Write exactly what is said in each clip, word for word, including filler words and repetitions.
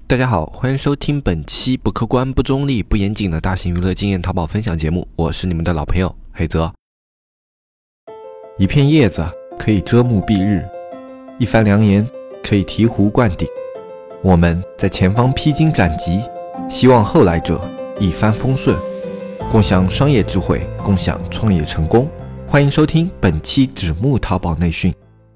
大家好，欢迎收听本期不客观、不中立、不严谨的大型娱乐经验淘宝分享节目，我是你们的老朋友黑泽。一片叶子可以遮目蔽日，一番良言可以醍醐灌顶。我们在前方披荆斩棘，希望后来者一帆风顺，共享商业智慧，共享创业成功。欢迎收听本期纸木淘宝内训。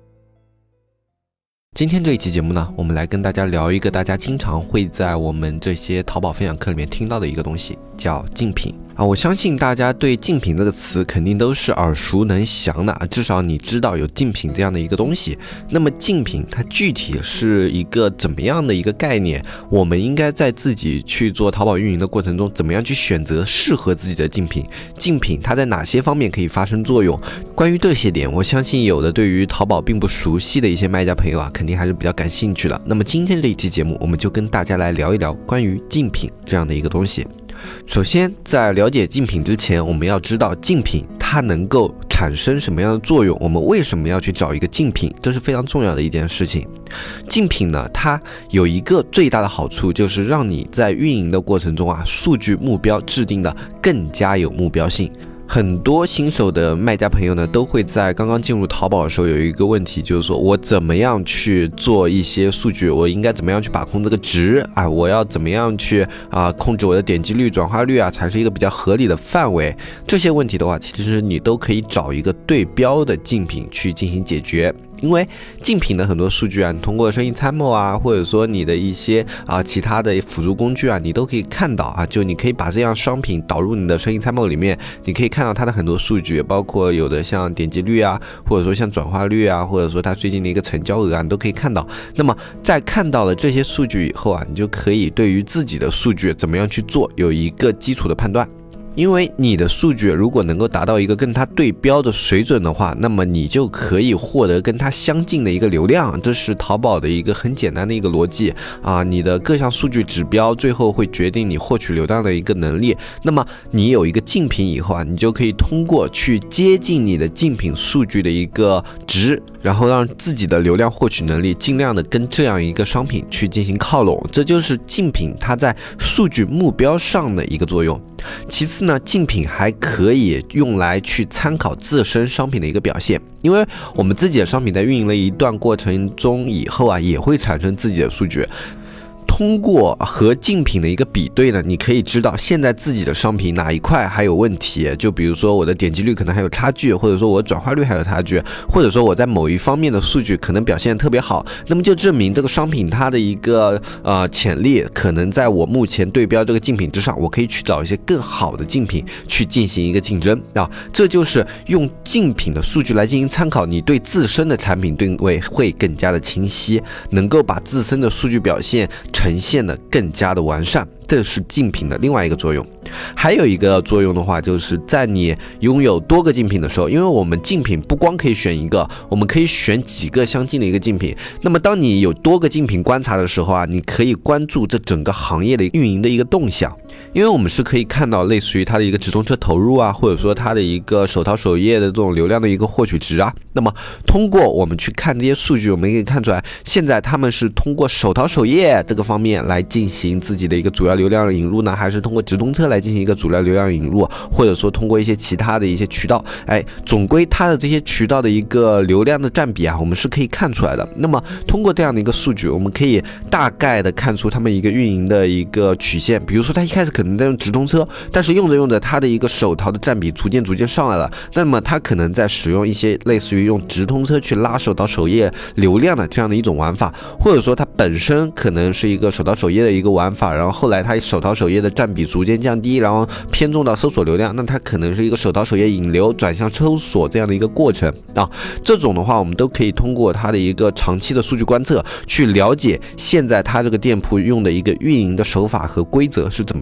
今天这一期节目呢，我们来跟大家聊一个大家经常会在我们这些淘宝分享课里面听到的一个东西，叫竞品啊。我相信大家对竞品这个词肯定都是耳熟能详的，至少你知道有竞品这样的一个东西。那么竞品它具体是一个怎么样的一个概念？我们应该在自己去做淘宝运营的过程中，怎么样去选择适合自己的竞品？竞品它在哪些方面可以发生作用？关于这些点，我相信有的对于淘宝并不熟悉的一些卖家朋友啊，肯定还是比较感兴趣的。那么今天这一期节目，我们就跟大家来聊一聊关于竞品这样的一个东西。首先，在了解竞品之前，我们要知道竞品它能够产生什么样的作用，我们为什么要去找一个竞品，这是非常重要的一件事情。竞品呢，它有一个最大的好处，就是让你在运营的过程中啊，数据目标制定的更加有目标性。很多新手的卖家朋友呢，都会在刚刚进入淘宝的时候有一个问题，就是说我怎么样去做一些数据，我应该怎么样去把控这个值啊？我要怎么样去啊、呃、控制我的点击率、转化率啊，才是一个比较合理的范围？这些问题的话，其实你都可以找一个对标的竞品去进行解决。因为竞品的很多数据啊，你通过生意参谋啊，或者说你的一些啊其他的辅助工具啊，你都可以看到啊，就你可以把这样商品导入你的生意参谋里面，你可以看到它的很多数据，包括有的像点击率啊，或者说像转化率啊，或者说它最近的一个成交额啊，你都可以看到。那么在看到了这些数据以后啊，你就可以对于自己的数据怎么样去做有一个基础的判断。因为你的数据如果能够达到一个跟它对标的水准的话，那么你就可以获得跟它相近的一个流量，这是淘宝的一个很简单的一个逻辑啊。你的各项数据指标最后会决定你获取流量的一个能力。那么你有一个竞品以后啊，你就可以通过去接近你的竞品数据的一个值，然后让自己的流量获取能力尽量的跟这样一个商品去进行靠拢，这就是竞品它在数据目标上的一个作用。其次呢，竞品还可以用来去参考自身商品的一个表现，因为我们自己的商品在运营了一段过程中以后啊，也会产生自己的数据。通过和竞品的一个比对呢，你可以知道现在自己的商品哪一块还有问题，就比如说我的点击率可能还有差距，或者说我转化率还有差距，或者说我在某一方面的数据可能表现得特别好，那么就证明这个商品它的一个呃潜力可能在我目前对标这个竞品之上，我可以去找一些更好的竞品去进行一个竞争啊，这就是用竞品的数据来进行参考，你对自身的产品定位会更加的清晰，能够把自身的数据表现呈现的更加的完善，这是竞品的另外一个作用。还有一个作用的话，就是在你拥有多个竞品的时候，因为我们竞品不光可以选一个，我们可以选几个相近的一个竞品。那么当你有多个竞品观察的时候啊，你可以关注这整个行业的运营的一个动向。因为我们是可以看到类似于它的一个直通车投入啊，或者说它的一个首淘首页的这种流量的一个获取值啊。那么通过我们去看这些数据，我们可以看出来，现在他们是通过首淘首页这个方面来进行自己的一个主要流量引入呢，还是通过直通车来进行一个主要流量引入，或者说通过一些其他的一些渠道，哎，总归它的这些渠道的一个流量的占比啊，我们是可以看出来的。那么通过这样的一个数据，我们可以大概的看出他们一个运营的一个曲线。比如说它一开始可能在用直通车，但是用着用着它的一个首淘的占比逐渐逐渐上来了，那么它可能在使用一些类似于用直通车去拉首淘首页流量的这样的一种玩法，或者说它本身可能是一个首淘首页的一个玩法，然后后来它首淘首页的占比逐渐降低，然后偏重到搜索流量，那它可能是一个首淘首页引流转向搜索这样的一个过程啊。这种的话，我们都可以通过它的一个长期的数据观测去了解现在它这个店铺用的一个运营的手法和规则是怎么样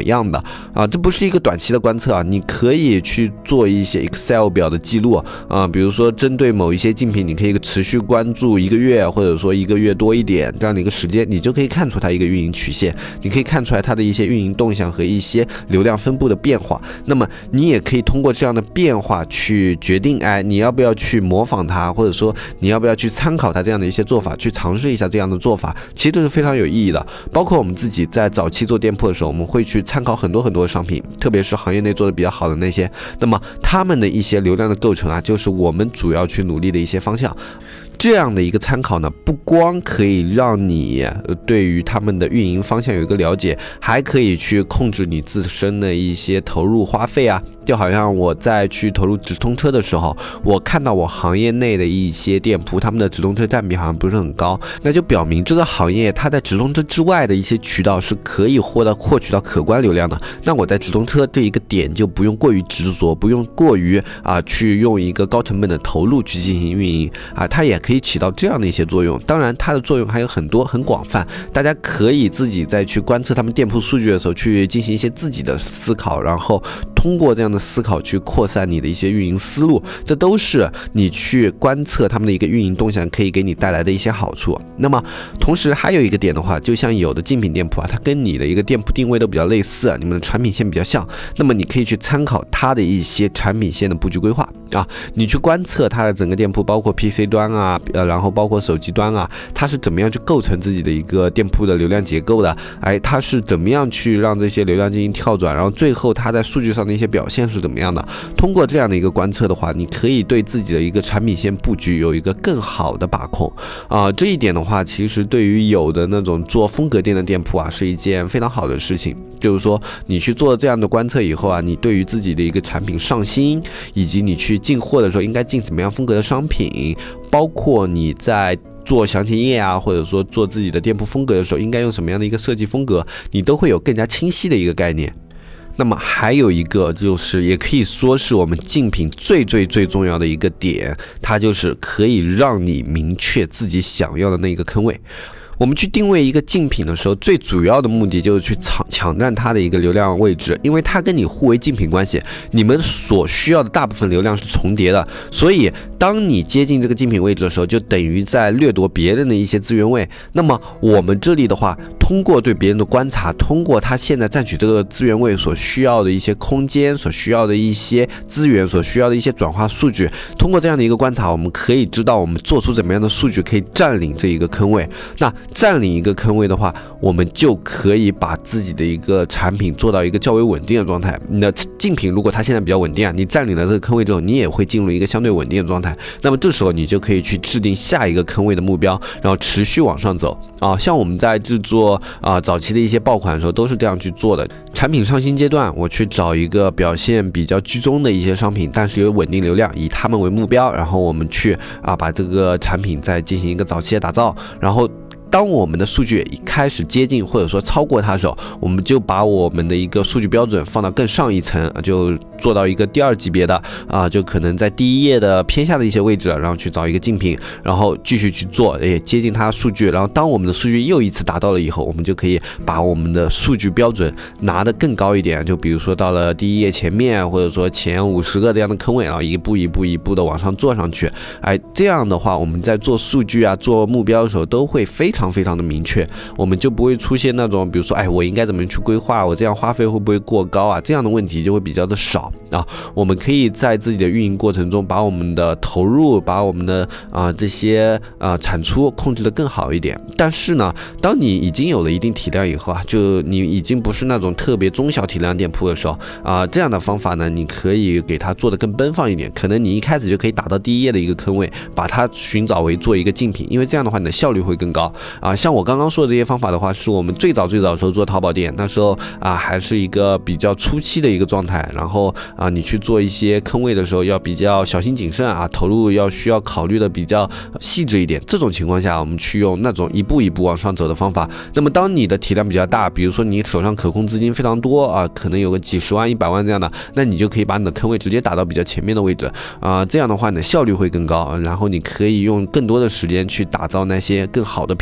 样的啊，这不是一个短期的观测啊，你可以去做一些 Excel 表的记录啊，比如说针对某一些竞品，你可以持续关注一个月，或者说一个月多一点这样的一个时间，你就可以看出它一个运营曲线，你可以看出来它的一些运营动向和一些流量分布的变化。那么你也可以通过这样的变化去决定，哎，你要不要去模仿它，或者说你要不要去参考它这样的一些做法，去尝试一下这样的做法，其实都是非常有意义的。包括我们自己在早期做店铺的时候，我们会去参考很多很多的商品，特别是行业内做的比较好的那些，那么他们的一些流量的构成啊，就是我们主要去努力的一些方向。这样的一个参考呢，不光可以让你对于他们的运营方向有一个了解，还可以去控制你自身的一些投入花费啊。就好像我在去投入直通车的时候，我看到我行业内的一些店铺，他们的直通车占比好像不是很高，那就表明这个行业它在直通车之外的一些渠道是可以获得获取到可观流量的。那我在直通车这一个点就不用过于执着，不用过于啊去用一个高成本的投入去进行运营啊，它也可以起到这样的一些作用。当然它的作用还有很多很广泛，大家可以自己在去观测他们店铺数据的时候去进行一些自己的思考，然后通过这样的思考去扩散你的一些运营思路，这都是你去观测他们的一个运营动向可以给你带来的一些好处。那么同时还有一个点的话，就像有的竞品店铺啊，它跟你的一个店铺定位都比较类似，你们的产品线比较像，那么你可以去参考它的一些产品线的布局规划啊，你去观测它的整个店铺，包括 P C 端啊，呃，然后包括手机端啊，它是怎么样去构成自己的一个店铺的流量结构的，哎，它是怎么样去让这些流量进行跳转，然后最后它在数据上的一些表现是怎么样的。通过这样的一个观测的话，你可以对自己的一个产品线布局有一个更好的把控啊、呃，这一点的话，其实对于有的那种做风格店的店铺啊，是一件非常好的事情。就是说你去做这样的观测以后啊，你对于自己的一个产品上新，以及你去进货的时候应该进什么样风格的商品，包括你在做详情页啊，或者说做自己的店铺风格的时候应该用什么样的一个设计风格，你都会有更加清晰的一个概念。那么还有一个就是，也可以说是我们竞品最最最重要的一个点，它就是可以让你明确自己想要的那个坑位。我们去定位一个竞品的时候，最主要的目的就是去抢抢占它的一个流量位置，因为它跟你互为竞品关系，你们所需要的大部分流量是重叠的，所以当你接近这个竞品位置的时候，就等于在掠夺别人的一些资源位。那么我们这里的话，通过对别人的观察，通过他现在占取这个资源位所需要的一些空间，所需要的一些资源，所需要的一些转化数据，通过这样的一个观察，我们可以知道我们做出怎么样的数据可以占领这一个坑位。那占领一个坑位的话，我们就可以把自己的一个产品做到一个较为稳定的状态。你的竞品如果它现在比较稳定啊，你占领了这个坑位之后，你也会进入一个相对稳定的状态。那么这时候你就可以去制定下一个坑位的目标，然后持续往上走啊。像我们在制作啊早期的一些爆款的时候，都是这样去做的。产品上新阶段，我去找一个表现比较居中的一些商品，但是有稳定流量，以他们为目标，然后我们去啊把这个产品再进行一个早期的打造，然后当我们的数据一开始接近或者说超过它的时候，我们就把我们的一个数据标准放到更上一层，就做到一个第二级别的啊，就可能在第一页的偏下的一些位置，然后去找一个竞品，然后继续去做，也接近它的数据。然后当我们的数据又一次达到了以后，我们就可以把我们的数据标准拿得更高一点，就比如说到了第一页前面，或者说前五十个这样的坑位，然后一步一步一步的往上做上去。哎，这样的话，我们在做数据啊、做目标的时候都会非常。非常非常的明确，我们就不会出现那种比如说哎我应该怎么去规划，我这样花费会不会过高啊，这样的问题就会比较的少啊。我们可以在自己的运营过程中把我们的投入，把我们的啊、呃、这些啊、呃、产出控制的更好一点。但是呢，当你已经有了一定体量以后啊，就你已经不是那种特别中小体量店铺的时候啊、呃，这样的方法呢，你可以给它做的更奔放一点，可能你一开始就可以打到第一页的一个坑位，把它寻找为做一个竞品，因为这样的话你的效率会更高。啊，像我刚刚说的这些方法的话，是我们最早最早的时候做淘宝店，那时候啊还是一个比较初期的一个状态，然后啊你去做一些坑位的时候要比较小心谨慎啊，投入要需要考虑的比较细致一点。这种情况下，我们去用那种一步一步往上走的方法。那么当你的体量比较大，比如说你手上可控资金非常多啊，可能有个几十万、一百万这样的，那你就可以把你的坑位直接打到比较前面的位置啊，这样的话你的效率会更高，然后你可以用更多的时间去打造那些更好的品。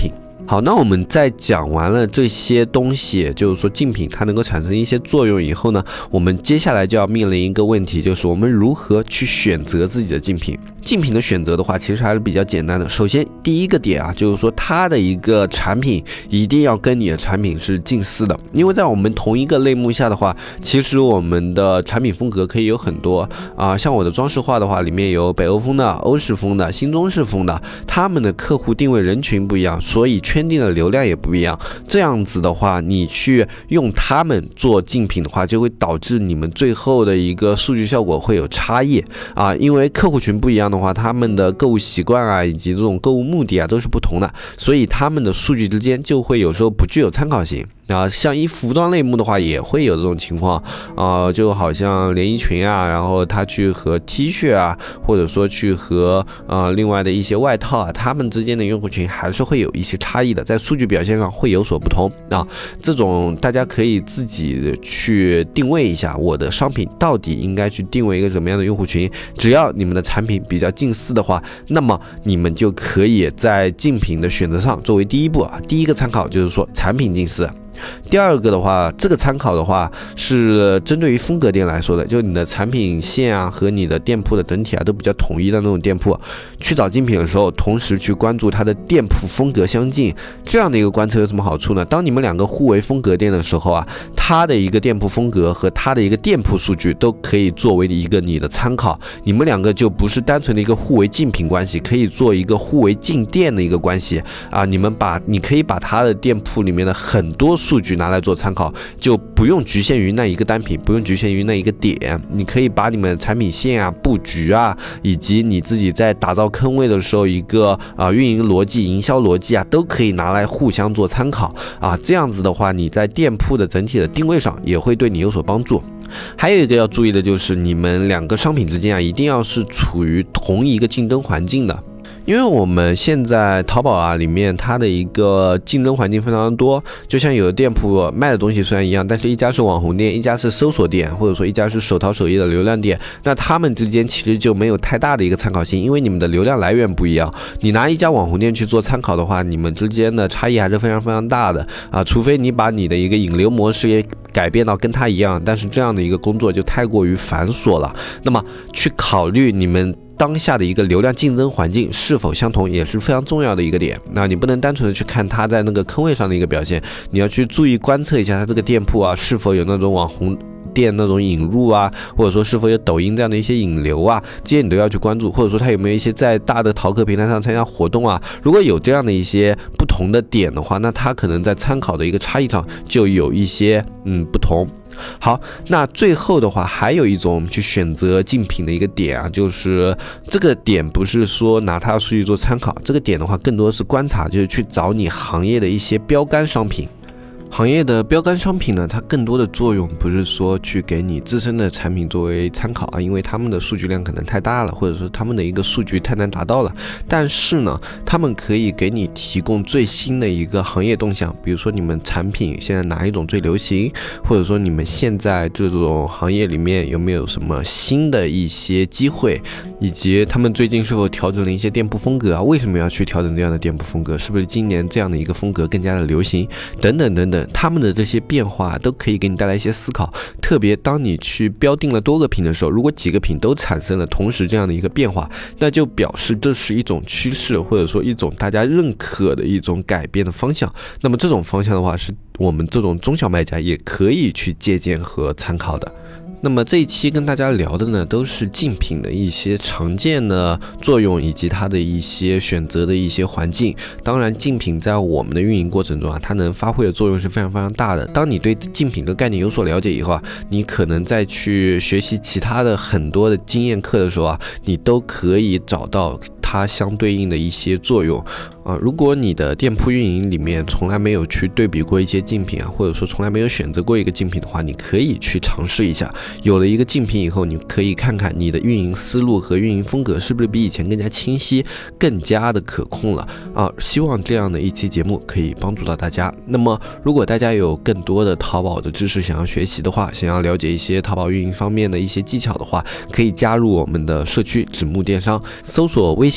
好，那我们在讲完了这些东西，就是说竞品它能够产生一些作用以后呢，我们接下来就要面临一个问题，就是我们如何去选择自己的竞品。竞品的选择的话，其实还是比较简单的。首先第一个点啊，就是说它的一个产品一定要跟你的产品是近似的，因为在我们同一个类目下的话，其实我们的产品风格可以有很多啊、呃，像我的装饰画的话，里面有北欧风的、欧式风的、新中式风的，他们的客户定位人群不一样，所以圈定的流量也不一样。这样子的话，你去用他们做竞品的话，就会导致你们最后的一个数据效果会有差异啊，因为客户群不一样的话，他们的购物习惯啊，以及这种购物目的啊，都是不同的，所以他们的数据之间就会有时候不具有参考性。啊，像一服装类目的话，也会有这种情况，啊，就好像连衣裙啊，然后他去和 T 恤啊，或者说去和呃另外的一些外套啊，他们之间的用户群还是会有一些差异的，在数据表现上会有所不同啊。这种大家可以自己去定位一下，我的商品到底应该去定位一个什么样的用户群。只要你们的产品比较近似的话，那么你们就可以在竞品的选择上作为第一步啊，第一个参考就是说产品近似。第二个的话，这个参考的话是针对于风格店来说的，就你的产品线啊和你的店铺的整体啊都比较统一的那种店铺，去找竞品的时候，同时去关注它的店铺风格相近，这样的一个观测有什么好处呢？当你们两个互为风格店的时候啊，它的一个店铺风格和它的一个店铺数据都可以作为一个你的参考，你们两个就不是单纯的一个互为竞品关系，可以做一个互为竞店的一个关系啊。你们把你可以把它的店铺里面的很多数据拿来做参考，就不用局限于那一个单品，不用局限于那一个点，你可以把你们产品线啊、布局啊，以及你自己在打造坑位的时候一个啊、呃、运营逻辑、营销逻辑啊，都可以拿来互相做参考啊。这样子的话，你在店铺的整体的定位上也会对你有所帮助。还有一个要注意的就是，你们两个商品之间啊，一定要是处于同一个竞争环境的。因为我们现在淘宝啊里面它的一个竞争环境非常的多，就像有的店铺卖的东西虽然一样，但是一家是网红店，一家是搜索店，或者说一家是手淘首页的流量店，那他们之间其实就没有太大的一个参考性，因为你们的流量来源不一样。你拿一家网红店去做参考的话，你们之间的差异还是非常非常大的啊，除非你把你的一个引流模式也改变到跟它一样，但是这样的一个工作就太过于繁琐了。那么去考虑你们当下的一个流量竞争环境是否相同，也是非常重要的一个点。那你不能单纯的去看它在那个坑位上的一个表现，你要去注意观测一下它这个店铺啊是否有那种网红店那种引入啊，或者说是否有抖音这样的一些引流啊，这些你都要去关注，或者说它有没有一些在大的淘客平台上参加活动啊。如果有这样的一些不同的点的话，那它可能在参考的一个差异上就有一些嗯不同。好，那最后的话还有一种去选择竞品的一个点啊，就是这个点不是说拿它的数据做参考，这个点的话更多是观察，就是去找你行业的一些标杆商品。行业的标杆商品呢，它更多的作用不是说去给你自身的产品作为参考啊，因为他们的数据量可能太大了，或者说他们的一个数据太难达到了。但是呢，他们可以给你提供最新的一个行业动向，比如说你们产品现在哪一种最流行，或者说你们现在这种行业里面有没有什么新的一些机会，以及他们最近是否调整了一些店铺风格啊？为什么要去调整这样的店铺风格？是不是今年这样的一个风格更加的流行？等等等等。他们的这些变化都可以给你带来一些思考，特别当你去标定了多个品的时候，如果几个品都产生了同时这样的一个变化，那就表示这是一种趋势，或者说一种大家认可的一种改变的方向。那么这种方向的话，是我们这种中小卖家也可以去借鉴和参考的。那么这一期跟大家聊的呢，都是竞品的一些常见的作用，以及它的一些选择的一些环境。当然，竞品在我们的运营过程中啊，它能发挥的作用是非常非常大的。当你对竞品的概念有所了解以后啊，你可能再去学习其他的很多的经验课的时候啊，你都可以找到它相对应的一些作用啊、呃。如果你的店铺运营里面从来没有去对比过一些竞品啊，或者说从来没有选择过一个竞品的话，你可以去尝试一下。有了一个竞品以后，你可以看看你的运营思路和运营风格是不是比以前更加清晰，更加的可控了啊！希望这样的一期节目可以帮助到大家。那么，如果大家有更多的淘宝的知识想要学习的话，想要了解一些淘宝运营方面的一些技巧的话，可以加入我们的社区纸木电商，搜索微信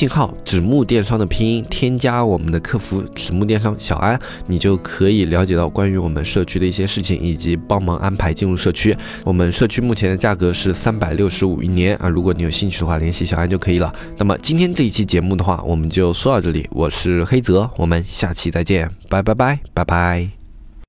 信号纸木电商的拼音，添加我们的客服纸木电商小安，你就可以了解到关于我们社区的一些事情，以及帮忙安排进入社区。我们社区目前的价格是三百六十五一年啊，如果你有兴趣的话，联系小安就可以了。那么今天这一期节目的话，我们就说到这里，我是黑泽，我们下期再见，拜拜拜拜拜。